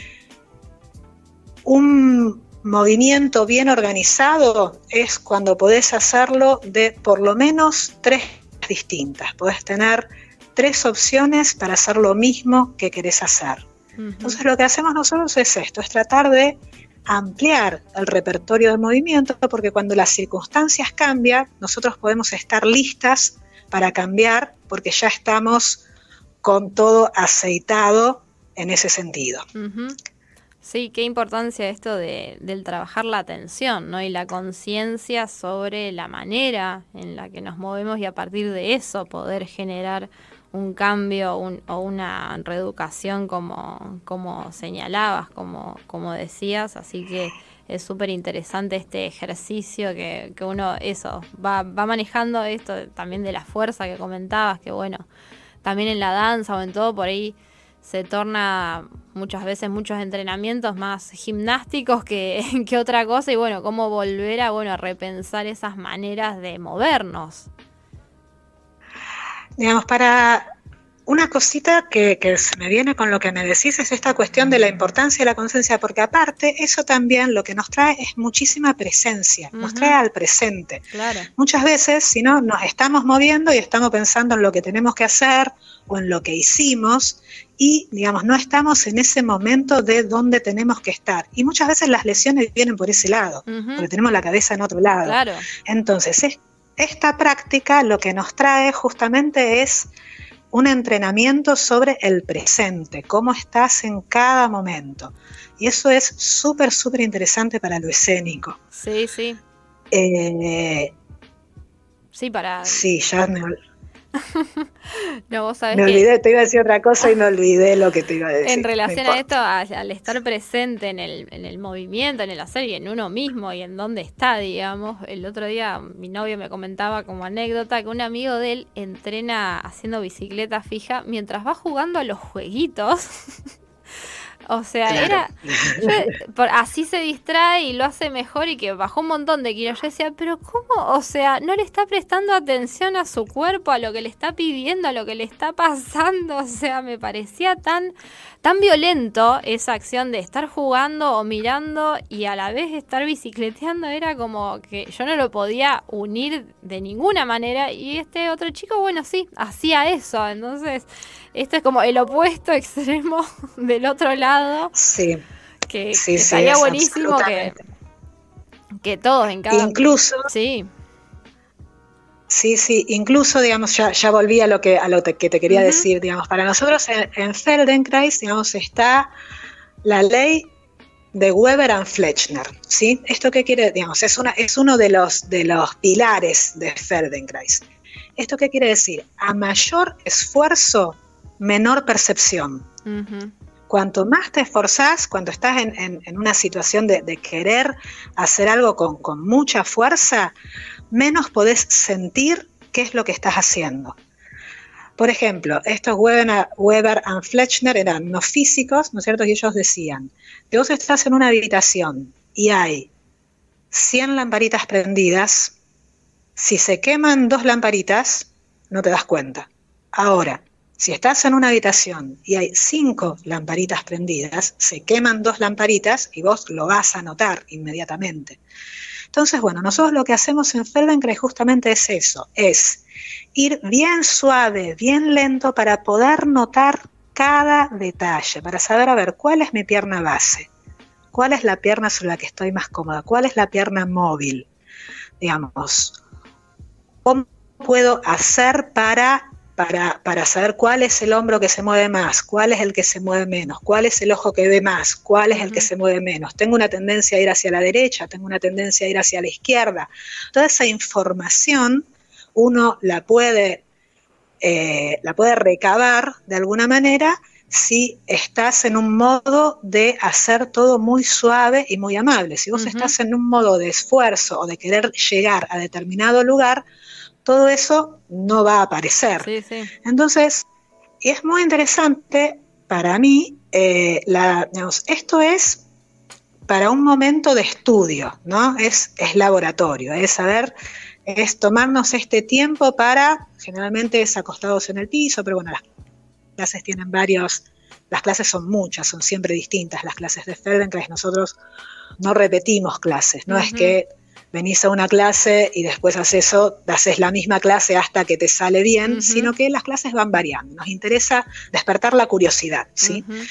un movimiento bien organizado es cuando podés hacerlo de por lo menos tres distintas. Podés tener tres opciones para hacer lo mismo que querés hacer. Uh-huh. Entonces lo que hacemos nosotros es esto, es tratar de ampliar el repertorio del movimiento, porque cuando las circunstancias cambian, nosotros podemos estar listas para cambiar, porque ya estamos con todo aceitado en ese sentido. Uh-huh. Sí, qué importancia esto de, del trabajar la atención, ¿no? Y la conciencia sobre la manera en la que nos movemos y a partir de eso poder generar un cambio un, o una reeducación como, como señalabas, como, como decías. Así que es súper interesante este ejercicio que, que uno eso va, va manejando esto también de la fuerza que comentabas, que bueno, también en la danza o en todo por ahí se torna muchas veces muchos entrenamientos más gimnásticos que, que otra cosa y bueno, cómo volver a, bueno, a repensar esas maneras de movernos. Digamos, para una cosita que, que se me viene con lo que me decís es esta cuestión de la importancia de la conciencia, porque aparte eso también lo que nos trae es muchísima presencia, uh-huh. nos trae al presente. Claro. Muchas veces, si no, nos estamos moviendo y estamos pensando en lo que tenemos que hacer o en lo que hicimos y, digamos, no estamos en ese momento de donde tenemos que estar. Y muchas veces las lesiones vienen por ese lado, uh-huh. porque tenemos la cabeza en otro lado. Claro. Entonces, es, esta práctica lo que nos trae justamente es un entrenamiento sobre el presente, cómo estás en cada momento. Y eso es súper, súper interesante para lo escénico. Sí, sí. Eh, sí, para... Sí, ya me, no, vos sabés me que olvidé, te iba a decir otra cosa y me olvidé lo que te iba a decir. En relación no a esto, a, al estar presente en el, en el movimiento, en el hacer y en uno mismo y en dónde está, digamos. El otro día mi novio me comentaba como anécdota que un amigo de él entrena haciendo bicicleta fija mientras va jugando a los jueguitos. O sea, claro. era yo, por, así se distrae y lo hace mejor y que bajó un montón de kilos. Yo decía, pero ¿cómo? O sea, no le está prestando atención a su cuerpo, a lo que le está pidiendo, a lo que le está pasando. O sea, me parecía tan, tan violento esa acción de estar jugando o mirando y a la vez estar bicicleteando. Era como que yo no lo podía unir de ninguna manera. Y este otro chico, bueno, sí, hacía eso. Entonces, esto es como el opuesto extremo del otro lado. Sí, que, sí, que sí, estaría es buenísimo que, que todos en cada... Incluso... Sí. Sí, sí, incluso, digamos, ya, ya volví a lo que a lo te, que te quería uh-huh. decir, digamos, para nosotros en, en Feldenkrais, digamos, está la ley de Weber and Fechner, ¿sí? ¿Esto qué quiere? Digamos, es una es uno de los de los pilares de Feldenkrais. ¿Esto qué quiere decir? A mayor esfuerzo, menor percepción. Uh-huh. Cuanto más te esforzás, cuando estás en, en, en una situación de, de querer hacer algo con, con mucha fuerza, menos podés sentir qué es lo que estás haciendo. Por ejemplo, estos Weber, Weber and Fechner eran no físicos, ¿no es cierto? Y ellos decían, que vos estás en una habitación y hay cien lamparitas prendidas, si se queman dos lamparitas, no te das cuenta. Ahora, si estás en una habitación y hay cinco lamparitas prendidas, se queman dos lamparitas y vos lo vas a notar inmediatamente. Entonces, bueno, nosotros lo que hacemos en Feldenkrais justamente es eso, es ir bien suave, bien lento para poder notar cada detalle, para saber, a ver, cuál es mi pierna base, cuál es la pierna sobre la que estoy más cómoda, cuál es la pierna móvil, digamos, cómo puedo hacer para... Para, para saber cuál es el hombro que se mueve más, cuál es el que se mueve menos, cuál es el ojo que ve más, cuál es el que se mueve menos. Tengo una tendencia a ir hacia la derecha, tengo una tendencia a ir hacia la izquierda. Toda esa información uno la puede, eh, la puede recabar de alguna manera si estás en un modo de hacer todo muy suave y muy amable. Si vos uh-huh. estás en un modo de esfuerzo o de querer llegar a determinado lugar, todo eso no va a aparecer. Sí, sí. Entonces, es muy interesante para mí, eh, la, digamos, esto es para un momento de estudio, ¿no? Es, es laboratorio, es saber, es tomarnos este tiempo para, generalmente es acostados en el piso, pero bueno, las clases tienen varios, las clases son muchas, son siempre distintas las clases de Feldenkrais, nosotros no repetimos clases, no uh-huh. es que venís a una clase y después haces eso, haces la misma clase hasta que te sale bien, uh-huh. sino que las clases van variando. Nos interesa despertar la curiosidad, ¿sí? Uh-huh.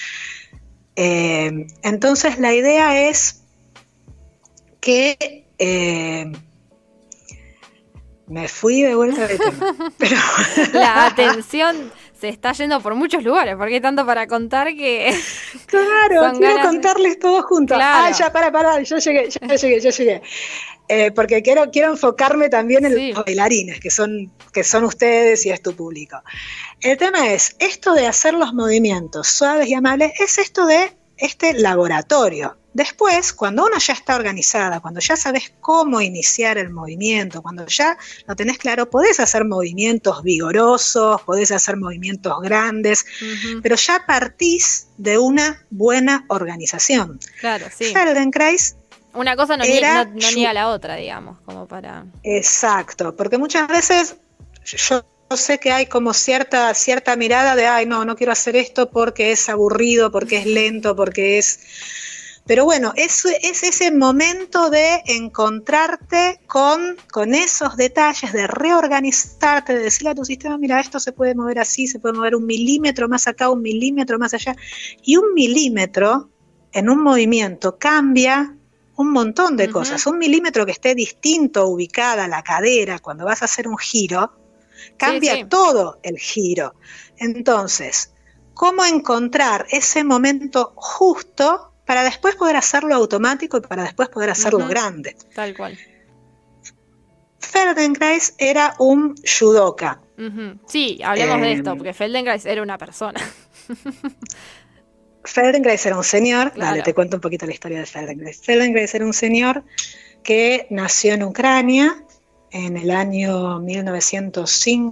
Eh, entonces la idea es que eh, me fui de vuelta de tema. Pero la atención se está yendo por muchos lugares, porque hay tanto para contar que... Claro, quiero ganas... contarles todo juntos. Claro. Ah, ya, para, para, yo llegué, ya llegué, ya llegué. Eh, porque quiero, quiero enfocarme también en sí. los bailarines, que son, que son ustedes y es tu público. El tema es, esto de hacer los movimientos suaves y amables, es esto de este laboratorio. Después, cuando uno ya está organizada, cuando ya sabes cómo iniciar el movimiento, cuando ya lo tenés claro, podés hacer movimientos vigorosos, podés hacer movimientos grandes, uh-huh. pero ya partís de una buena organización. Claro, sí. Feldenkrais Una cosa no, era, ni, no, no niega la otra, digamos, como para... Exacto, porque muchas veces yo... Yo sé que hay como cierta, cierta mirada de, ay, no, no quiero hacer esto porque es aburrido, porque es lento, porque es... Pero bueno, es, es ese momento de encontrarte con, con esos detalles, de reorganizarte, de decirle a tu sistema, mira, esto se puede mover así, se puede mover un milímetro más acá, un milímetro más allá. Y un milímetro en un movimiento cambia un montón de uh-huh. cosas. Un milímetro que esté distinto, ubicada la cadera, cuando vas a hacer un giro, cambia sí, sí. todo el giro. Entonces, ¿cómo encontrar ese momento justo para después poder hacerlo automático y para después poder hacerlo uh-huh. grande? Tal cual. Feldenkrais era un judoka. Uh-huh. Sí, hablemos eh, de esto, porque Feldenkrais era una persona. Feldenkrais era un señor, claro. Dale, te cuento un poquito la historia de Feldenkrais. Feldenkrais era un señor que nació en Ucrania en el año mil novecientos cinco.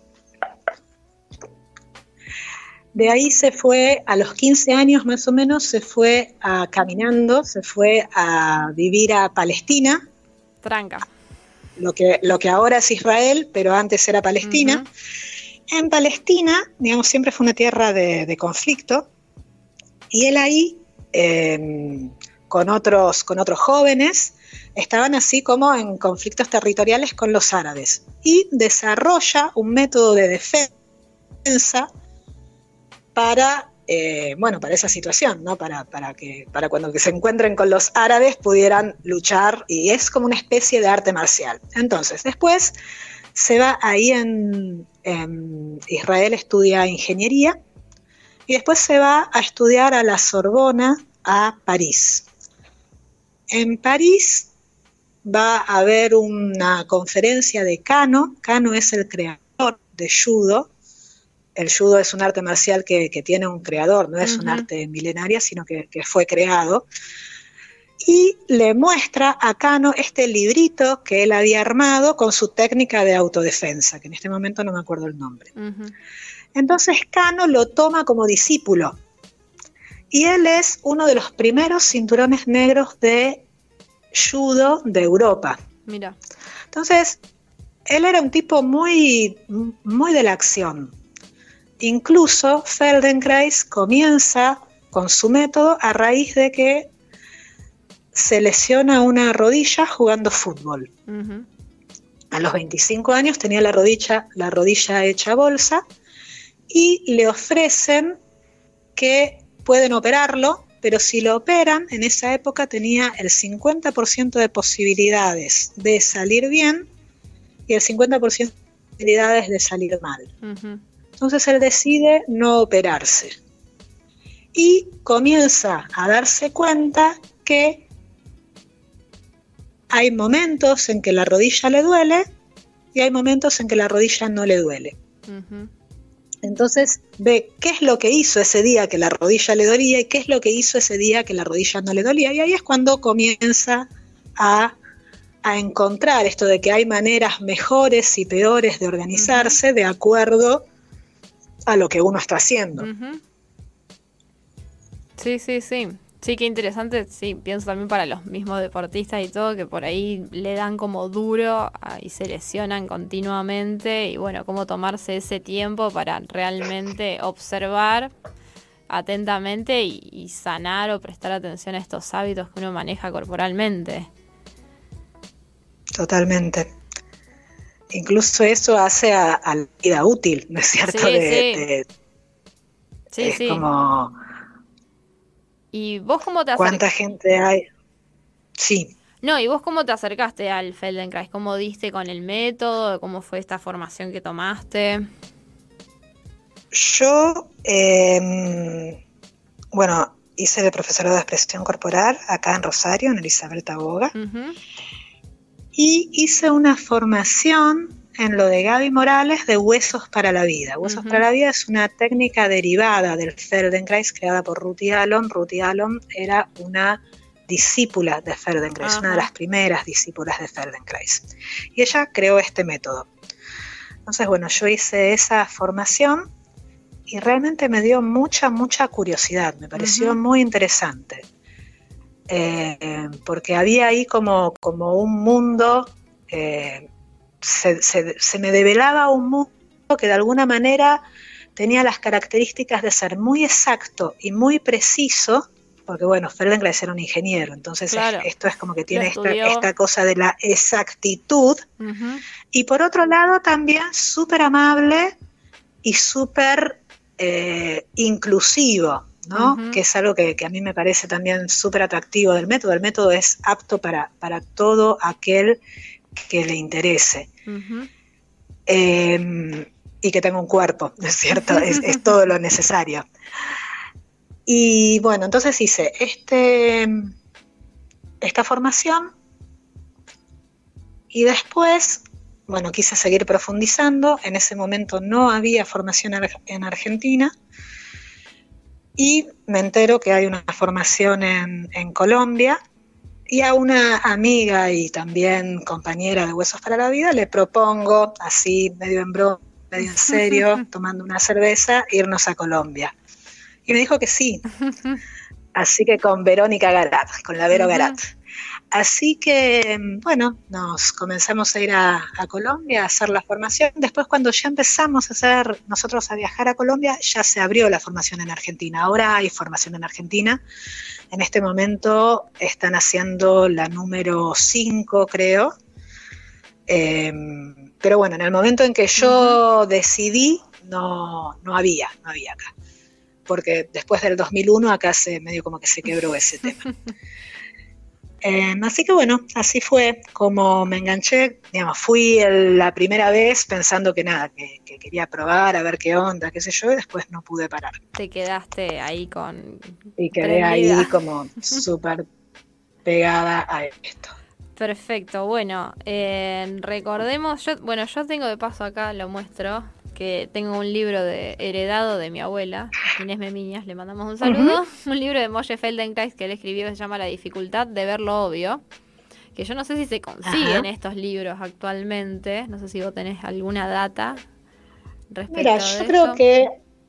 De ahí se fue, a los quince años más o menos, se fue a, caminando, se fue a vivir a Palestina. Tranca. Lo que, lo que ahora es Israel, pero antes era Palestina. Uh-huh. En Palestina, digamos, siempre fue una tierra de, de conflicto, y él ahí, eh, con otros, con otros jóvenes, estaban así como en conflictos territoriales con los árabes, y desarrolla un método de defensa para, eh, bueno, para esa situación, ¿no? Para, para que, para cuando que se encuentren con los árabes pudieran luchar, y es como una especie de arte marcial. Entonces, después se va ahí en, en Israel, estudia ingeniería, y después se va a estudiar a la Sorbona, a París. En París va a haber una conferencia de Kano. Kano es el creador de judo. El judo es un arte marcial que, que tiene un creador, no es uh-huh. un arte milenaria, sino que, que fue creado. Y le muestra a Kano este librito que él había armado con su técnica de autodefensa, que en este momento no me acuerdo el nombre. Uh-huh. Entonces Kano lo toma como discípulo. Y él es uno de los primeros cinturones negros de judo de Europa. Mira. Entonces, él era un tipo muy, muy de la acción. Incluso Feldenkrais comienza con su método a raíz de que se lesiona una rodilla jugando fútbol. Uh-huh. A los veinticinco años tenía la rodilla, la rodilla hecha bolsa, y le ofrecen que pueden operarlo, pero si lo operan, en esa época tenía el cincuenta por ciento de posibilidades de salir bien y el cincuenta por ciento de posibilidades de salir mal. Uh-huh. Entonces él decide no operarse y comienza a darse cuenta que hay momentos en que la rodilla le duele y hay momentos en que la rodilla no le duele. Uh-huh. Entonces ve qué es lo que hizo ese día que la rodilla le dolía y qué es lo que hizo ese día que la rodilla no le dolía. Y ahí es cuando comienza a, a encontrar esto de que hay maneras mejores y peores de organizarse uh-huh. de acuerdo a lo que uno está haciendo. Uh-huh. Sí, sí, sí. Sí, qué interesante, sí, pienso también para los mismos deportistas y todo, que por ahí le dan como duro y se lesionan continuamente, y bueno, cómo tomarse ese tiempo para realmente observar atentamente y, y sanar o prestar atención a estos hábitos que uno maneja corporalmente. Totalmente. Incluso eso hace a, a la vida útil, ¿no es cierto? Sí, de, sí. De, sí, es sí. como... ¿Y vos cómo te acercás? ¿Cuánta gente hay? Sí. No, ¿y vos cómo te acercaste al Feldenkrais? ¿Cómo diste con el método? ¿Cómo fue esta formación que tomaste? Yo, eh, bueno, hice de profesora de expresión corporal acá en Rosario, en el Isabel Taboga, Uh-huh. y hice una formación en lo de Gaby Morales de Huesos para la Vida. Huesos Ujú. para la Vida es una técnica derivada del Feldenkrais creada por Ruthie Allen. Ruthie Allen era una discípula de Feldenkrais, Ajá. una de las primeras discípulas de Feldenkrais. Y ella creó este método. Entonces, bueno, yo hice esa formación y realmente me dio mucha, mucha curiosidad. Me pareció Ujú. muy interesante. Eh, porque había ahí como, como un mundo, eh, se, se, se me develaba un mundo que de alguna manera tenía las características de ser muy exacto y muy preciso, porque bueno, Feldenkrais era un ingeniero, entonces Claro. es, esto es como que tiene esta, estudió. esta cosa de la exactitud, Uh-huh. y por otro lado también súper amable y súper eh, inclusivo, ¿no? Ujú. Que es algo que, que a mí me parece también súper atractivo del método. El método es apto para, para todo aquel que le interese. Uh-huh. Eh, y que tenga un cuerpo, ¿no es cierto? Es, es todo lo necesario. Y bueno, entonces hice este, esta formación y después, bueno, quise seguir profundizando. En ese momento no había formación ar- en Argentina y me entero que hay una formación en, en Colombia, y a una amiga y también compañera de Huesos para la Vida le propongo, así medio en broma, medio en serio, tomando una cerveza, irnos a Colombia. Y me dijo que sí. Así que con Verónica Garat, con la Vero Ujú. Garat. Así que, bueno, nos comenzamos a ir a, a Colombia a hacer la formación. Después, cuando ya empezamos a hacer nosotros a viajar a Colombia, ya se abrió la formación en Argentina. Ahora hay formación en Argentina. En este momento están haciendo la número cinco, creo. Eh, pero bueno, en el momento en que yo uh-huh. decidí, no, no había, no había acá. Porque después del dos mil uno acá se medio como que se quebró ese tema. Eh, así que bueno, así fue como me enganché. Digamos, fui el, la primera vez pensando que nada, que, que quería probar, a ver qué onda, qué sé yo, y después no pude parar. Te quedaste ahí con... Y quedé prendida. Ahí como súper pegada a esto. Perfecto, bueno, eh, recordemos, yo, bueno, yo tengo de paso acá, lo muestro, que tengo un libro de heredado de mi abuela, Inés Memiñas, le mandamos un saludo, uh-huh. un libro de Moshe Feldenkrais que él escribió que se llama La dificultad de ver lo obvio, que yo no sé si se consiguen uh-huh. estos libros actualmente, no sé si vos tenés alguna data respecto Mira, de yo esto. creo que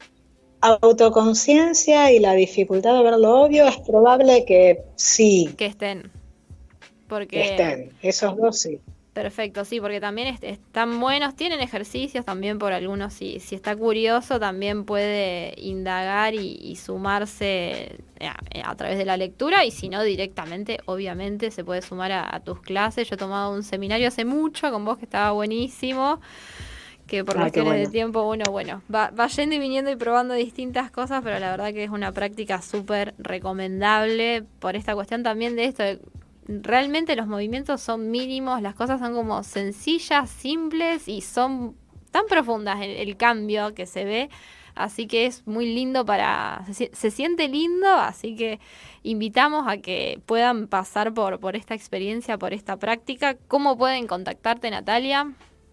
autoconciencia y la dificultad de ver lo obvio es probable que sí. Que estén. Porque... Que estén, esos dos sí. Perfecto, sí, porque también est- están buenos, tienen ejercicios también por algunos, si, si está curioso también puede indagar y, y sumarse a, a través de la lectura, y si no directamente, obviamente, se puede sumar a, a tus clases. Yo he tomado un seminario hace mucho con vos que estaba buenísimo, que por ah, cuestiones bueno. de tiempo uno, bueno, va, va yendo y viniendo y probando distintas cosas, pero la verdad que es una práctica súper recomendable por esta cuestión también de esto de realmente los movimientos son mínimos, las cosas son como sencillas, simples y son tan profundas el, el cambio que se ve, así que es muy lindo para, se, se siente lindo, así que invitamos a que puedan pasar por, por esta experiencia, por esta práctica. ¿Cómo pueden contactarte, Natalia?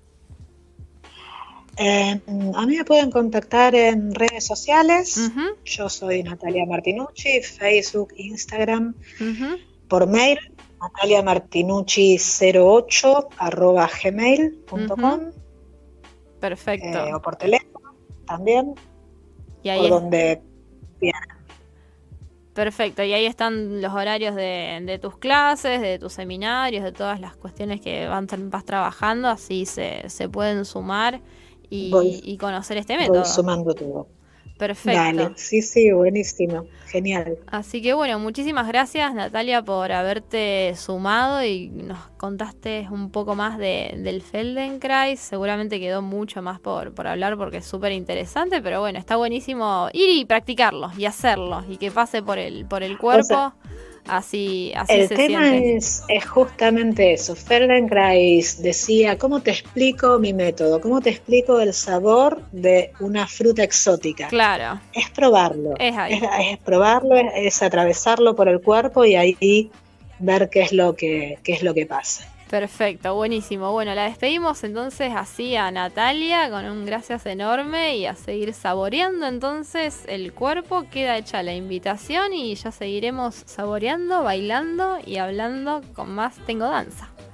Eh, a mí me pueden contactar en redes sociales, Uh-huh. yo soy Natalia Martinucci, Facebook, Instagram, Uh-huh. por mail, natalia martinucci cero ocho arroba gmail punto com. Uh-huh. Perfecto. Eh, o por teléfono también, y ahí por es... donde quieran. Perfecto, y ahí están los horarios de, de tus clases, de tus seminarios, de todas las cuestiones que van, vas trabajando, así se, se pueden sumar y, voy, y conocer este método. Voy sumando todo. Perfecto. Dale, sí, sí, buenísimo, genial. Así que bueno, muchísimas gracias, Natalia, por haberte sumado y nos contaste un poco más de, del Feldenkrais. Seguramente quedó mucho más por, por hablar porque es súper interesante, pero bueno, está buenísimo ir y practicarlo y hacerlo y que pase por el, por el cuerpo. O sea, Así, así El se tema siente. es, es justamente eso. Feldenkrais decía, ¿cómo te explico mi método? ¿Cómo te explico el sabor de una fruta exótica? Claro, Es probarlo, es ahí. es, es probarlo, es, es atravesarlo por el cuerpo y ahí ver qué es lo que, qué es lo que pasa. Perfecto, buenísimo. Bueno, la despedimos entonces así a Natalia con un gracias enorme y a seguir saboreando entonces el cuerpo. Queda hecha la invitación y ya seguiremos saboreando, bailando y hablando con más Tengo Danza.